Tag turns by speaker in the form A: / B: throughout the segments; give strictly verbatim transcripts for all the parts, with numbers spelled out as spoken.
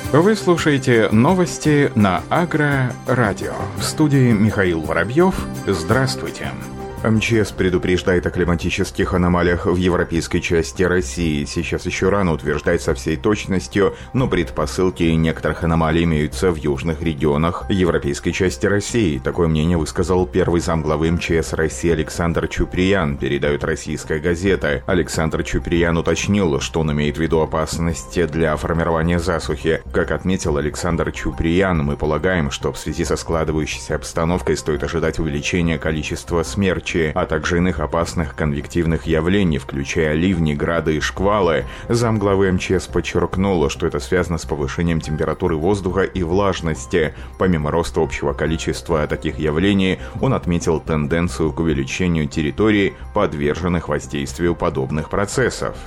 A: Вы слушаете новости на Агро-радио. В студии Михаил Воробьев. Здравствуйте. эм че эс предупреждает о климатических аномалиях в европейской части России. Сейчас еще рано утверждать со всей точностью, но предпосылки некоторых аномалий имеются в южных регионах европейской части России. Такое мнение высказал первый замглавы эм че эс России Александр Чуприян, передает «Российская газета». Александр Чуприян уточнил, что он имеет в виду опасности для формирования засухи. Как отметил Александр Чуприян, мы полагаем, что в связи со складывающейся обстановкой стоит ожидать увеличения количества смерчей, а также иных опасных конвективных явлений, включая ливни, грады и шквалы. Замглавы эм че эс подчеркнула, что это связано с повышением температуры воздуха и влажности. Помимо роста общего количества таких явлений, он отметил тенденцию к увеличению территорий, подверженных воздействию подобных процессов.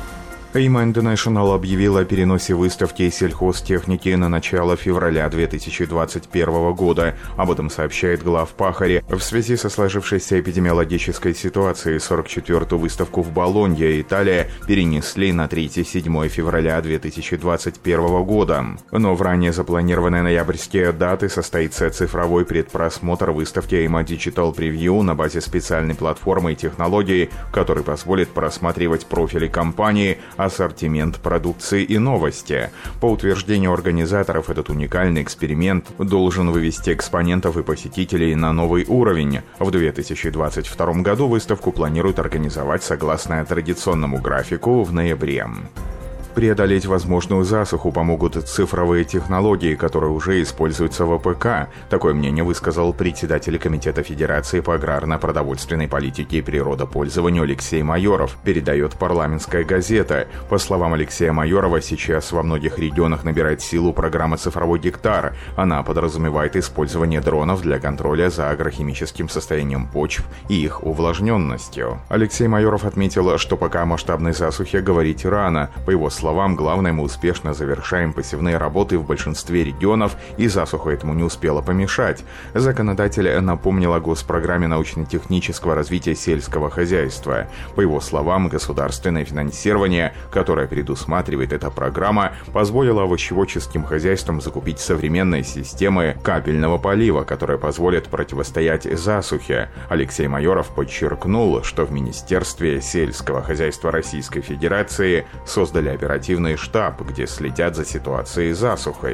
A: ИМА International объявила о переносе выставки сельхозтехники на начало февраля две тысячи двадцать первого года. Об этом сообщает главпахарь. В связи со сложившейся эпидемиологической ситуацией сорок четвёртую выставку в Болонье, Италия, перенесли на третье-седьмое февраля две тысячи двадцать первого года. Но в ранее запланированные ноябрьские даты состоится цифровой предпросмотр выставки ИМА Digital Preview на базе специальной платформы и технологий, который позволит просматривать профили компании, ассортимент продукции и новости. По утверждению организаторов, этот уникальный эксперимент должен вывести экспонентов и посетителей на новый уровень. В две тысячи двадцать втором году выставку планируют организовать согласно традиционному графику в ноябре. Преодолеть возможную засуху помогут цифровые технологии, которые уже используются в АПК. Такое мнение высказал председатель Комитета Федерации по аграрно-продовольственной политике и природопользованию Алексей Майоров, передает «Парламентская газета». По словам Алексея Майорова, сейчас во многих регионах набирает силу программа «Цифровой гектар». Она подразумевает использование дронов для контроля за агрохимическим состоянием почв и их увлажненностью. Алексей Майоров отметил, что пока о масштабной засухе говорить рано. По его словам, словам, главное, мы успешно завершаем посевные работы в большинстве регионов, и засуха этому не успела помешать. Законодатель напомнил о госпрограмме научно-технического развития сельского хозяйства. По его словам, государственное финансирование, которое предусматривает эта программа, позволило овощеводческим хозяйствам закупить современные системы капельного полива, которые позволят противостоять засухе. Алексей Майоров подчеркнул, что в Министерстве сельского хозяйства Российской Федерации создали оперативный оперативный штаб, где следят за ситуацией с засухой.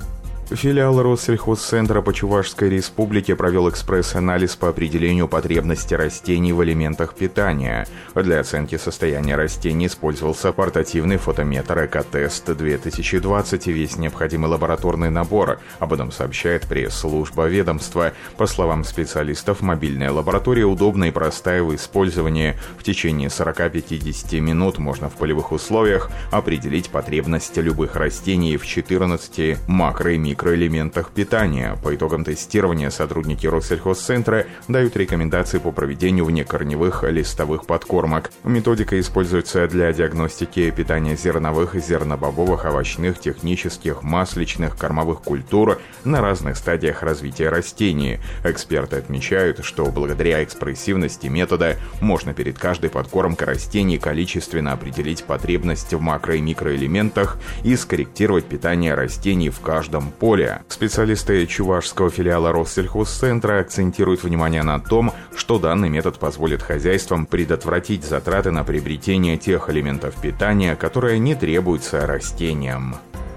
A: Филиал Россельхозцентра по Чувашской Республике провел экспресс-анализ по определению потребности растений в элементах питания. Для оценки состояния растений использовался портативный фотометр «Экотест две тысячи двадцать» и весь необходимый лабораторный набор. Об этом сообщает пресс-служба ведомства. По словам специалистов, мобильная лаборатория удобна и простая в использовании. В течение сорок-пятьдесят минут можно в полевых условиях определить потребность любых растений в четырнадцати макро- и микро микроэлементах питания. По итогам тестирования сотрудники Россельхозцентра дают рекомендации по проведению внекорневых листовых подкормок. Методика используется для диагностики питания зерновых, зернобобовых, овощных, технических, масличных, кормовых культур на разных стадиях развития растений. Эксперты отмечают, что благодаря экспрессивности метода можно перед каждой подкормкой растений количественно определить потребность в макро- и микроэлементах и скорректировать питание растений в каждом поле. Специалисты чувашского филиала Россельхозцентра акцентируют внимание на том, что данный метод позволит хозяйствам предотвратить затраты на приобретение тех элементов питания, которые не требуются растениям.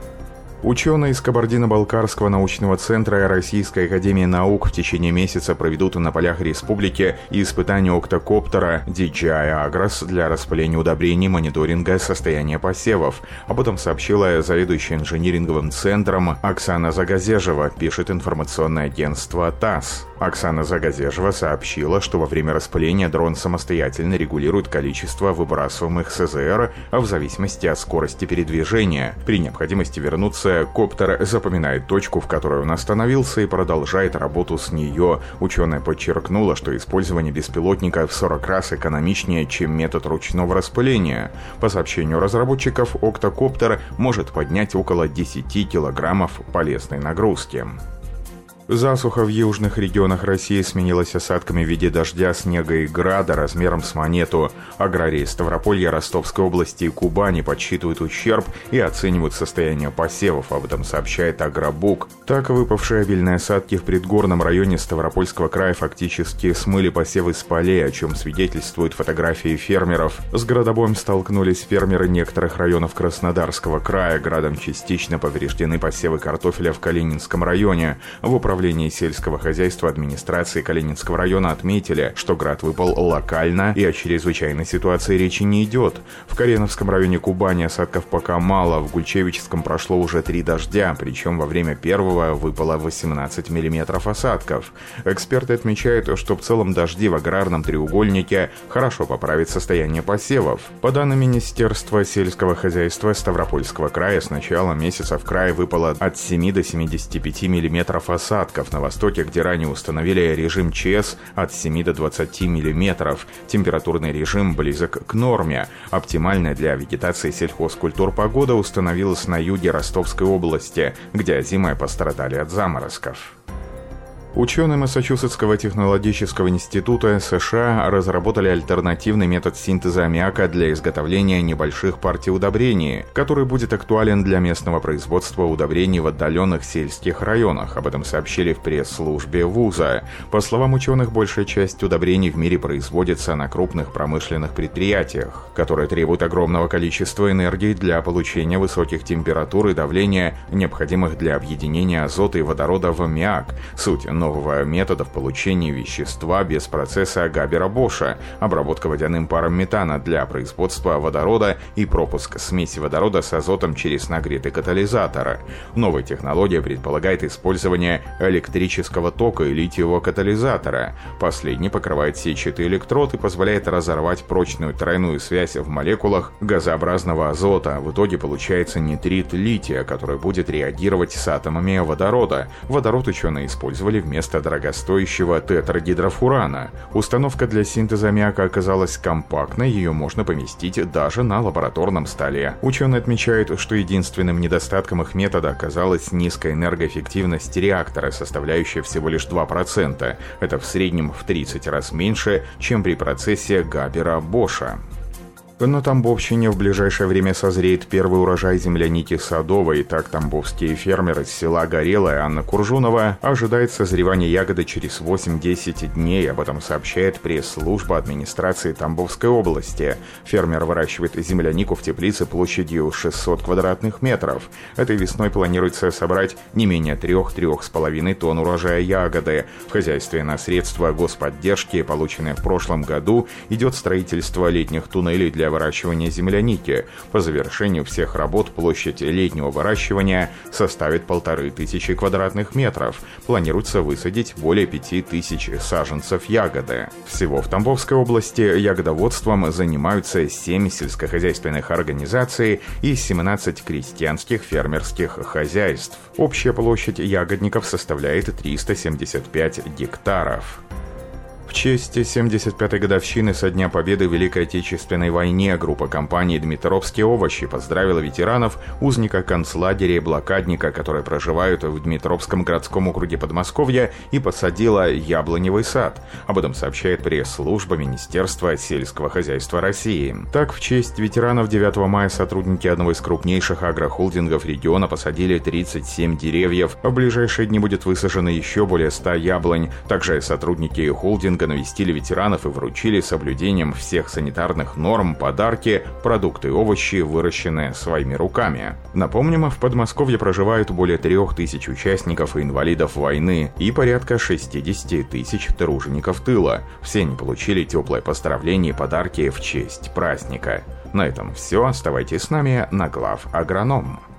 A: Ученые из Кабардино-Балкарского научного центра Российской академии наук в течение месяца проведут на полях республики испытания октокоптера ди джей ай Agros для распыления удобрений и мониторинга состояния посевов. Об этом сообщила заведующая инжиниринговым центром Оксана Загазежева, пишет информационное агентство ТАСС. Оксана Загазежева сообщила, что во время распыления дрон самостоятельно регулирует количество выбрасываемых эс зэ эр в зависимости от скорости передвижения. При необходимости вернуться, коптер запоминает точку, в которой он остановился, и продолжает работу с нее. Ученая подчеркнула, что использование беспилотника в сорок раз экономичнее, чем метод ручного распыления. По сообщению разработчиков, октокоптер может поднять около десяти килограммов полезной нагрузки. Засуха в южных регионах России сменилась осадками в виде дождя, снега и града размером с монету. Аграрии Ставрополья, Ростовской области и Кубани подсчитывают ущерб и оценивают состояние посевов. Об этом сообщает Агробук. Так, выпавшие обильные осадки в предгорном районе Ставропольского края фактически смыли посевы с полей, о чем свидетельствуют фотографии фермеров. С градобоем столкнулись фермеры некоторых районов Краснодарского края. Градом частично повреждены посевы картофеля в Калининском районе. В управлении сельского хозяйства администрации Калининского района отметили, что град выпал локально и о чрезвычайной ситуации речи не идет. В Кореновском районе Кубани осадков пока мало, в Гульчевичском прошло уже три дождя, причем во время первого выпало восемнадцать миллиметров осадков. Эксперты отмечают, что в целом дожди в аграрном треугольнике хорошо поправят состояние посевов. По данным Министерства сельского хозяйства Ставропольского края, с начала месяца в крае выпало от семи до семидесяти пяти миллиметров осадков. На востоке, где ранее установили режим ЧС, от семи до двадцати миллиметров. Температурный режим близок к норме. Оптимальная для вегетации сельхозкультур погода установилась на юге Ростовской области, где озимые пострадали от заморозков. Ученые Массачусетского технологического института США разработали альтернативный метод синтеза аммиака для изготовления небольших партий удобрений, который будет актуален для местного производства удобрений в отдаленных сельских районах. Об этом сообщили в пресс-службе вуза. По словам ученых, большая часть удобрений в мире производится на крупных промышленных предприятиях, которые требуют огромного количества энергии для получения высоких температур и давления, необходимых для объединения азота и водорода в аммиак. Суть нового метода в получении вещества без процесса Габера-Боша, обработка водяным паром метана для производства водорода и пропуск смеси водорода с азотом через нагретый катализатор. Новая технология предполагает использование электрического тока и литиевого катализатора. Последний покрывает сетчатый электрод и позволяет разорвать прочную тройную связь в молекулах газообразного азота. В итоге получается нитрид лития, который будет реагировать с атомами водорода. Водород ученые использовали в вместо дорогостоящего тетрагидрофурана. Установка для синтеза аммиака оказалась компактной, ее можно поместить даже на лабораторном столе. Ученые отмечают, что единственным недостатком их метода оказалась низкая энергоэффективность реактора, составляющая всего лишь два процента. Это в среднем в тридцать раз меньше, чем при процессе Габера-Боша. На Тамбовщине в ближайшее время созреет первый урожай земляники садовой. Так, тамбовские фермеры из села Горелое Анна Куржунова ожидает созревания ягоды через восемь-десять дней. Об этом сообщает пресс-служба администрации Тамбовской области. Фермер выращивает землянику в теплице площадью шестьсот квадратных метров. Этой весной планируется собрать не менее трех-трех с половиной тонн урожая ягоды. В хозяйстве на средства господдержки, полученные в прошлом году, идет строительство летних туннелей для выращивания земляники. По завершению всех работ площадь летнего выращивания составит полторы тысячи квадратных метров. Планируется высадить более пяти тысяч саженцев ягоды. Всего в Тамбовской области ягодоводством занимаются семь сельскохозяйственных организаций и семнадцать крестьянских фермерских хозяйств. Общая площадь ягодников составляет триста семьдесят пять гектаров. В честь семьдесят пятой годовщины со Дня Победы в Великой Отечественной войне группа компании «Дмитровские овощи» поздравила ветеранов, узника концлагеря и блокадника, которые проживают в Дмитровском городском округе Подмосковья, и посадила яблоневый сад. Об этом сообщает пресс-служба Министерства сельского хозяйства России. Так, в честь ветеранов девятого мая сотрудники одного из крупнейших агрохолдингов региона посадили тридцать семь деревьев. В ближайшие дни будет высажено еще более ста яблонь. Также сотрудники холдинга навестили ветеранов и вручили с соблюдением всех санитарных норм подарки, продукты и овощи, выращенные своими руками. Напомним, в Подмосковье проживают более трех тысяч участников и инвалидов войны и порядка шестьдесят тысяч тружеников тыла. Все они получили теплое поздравление и подарки в честь праздника. На этом все. Оставайтесь с нами на Глав Агроном.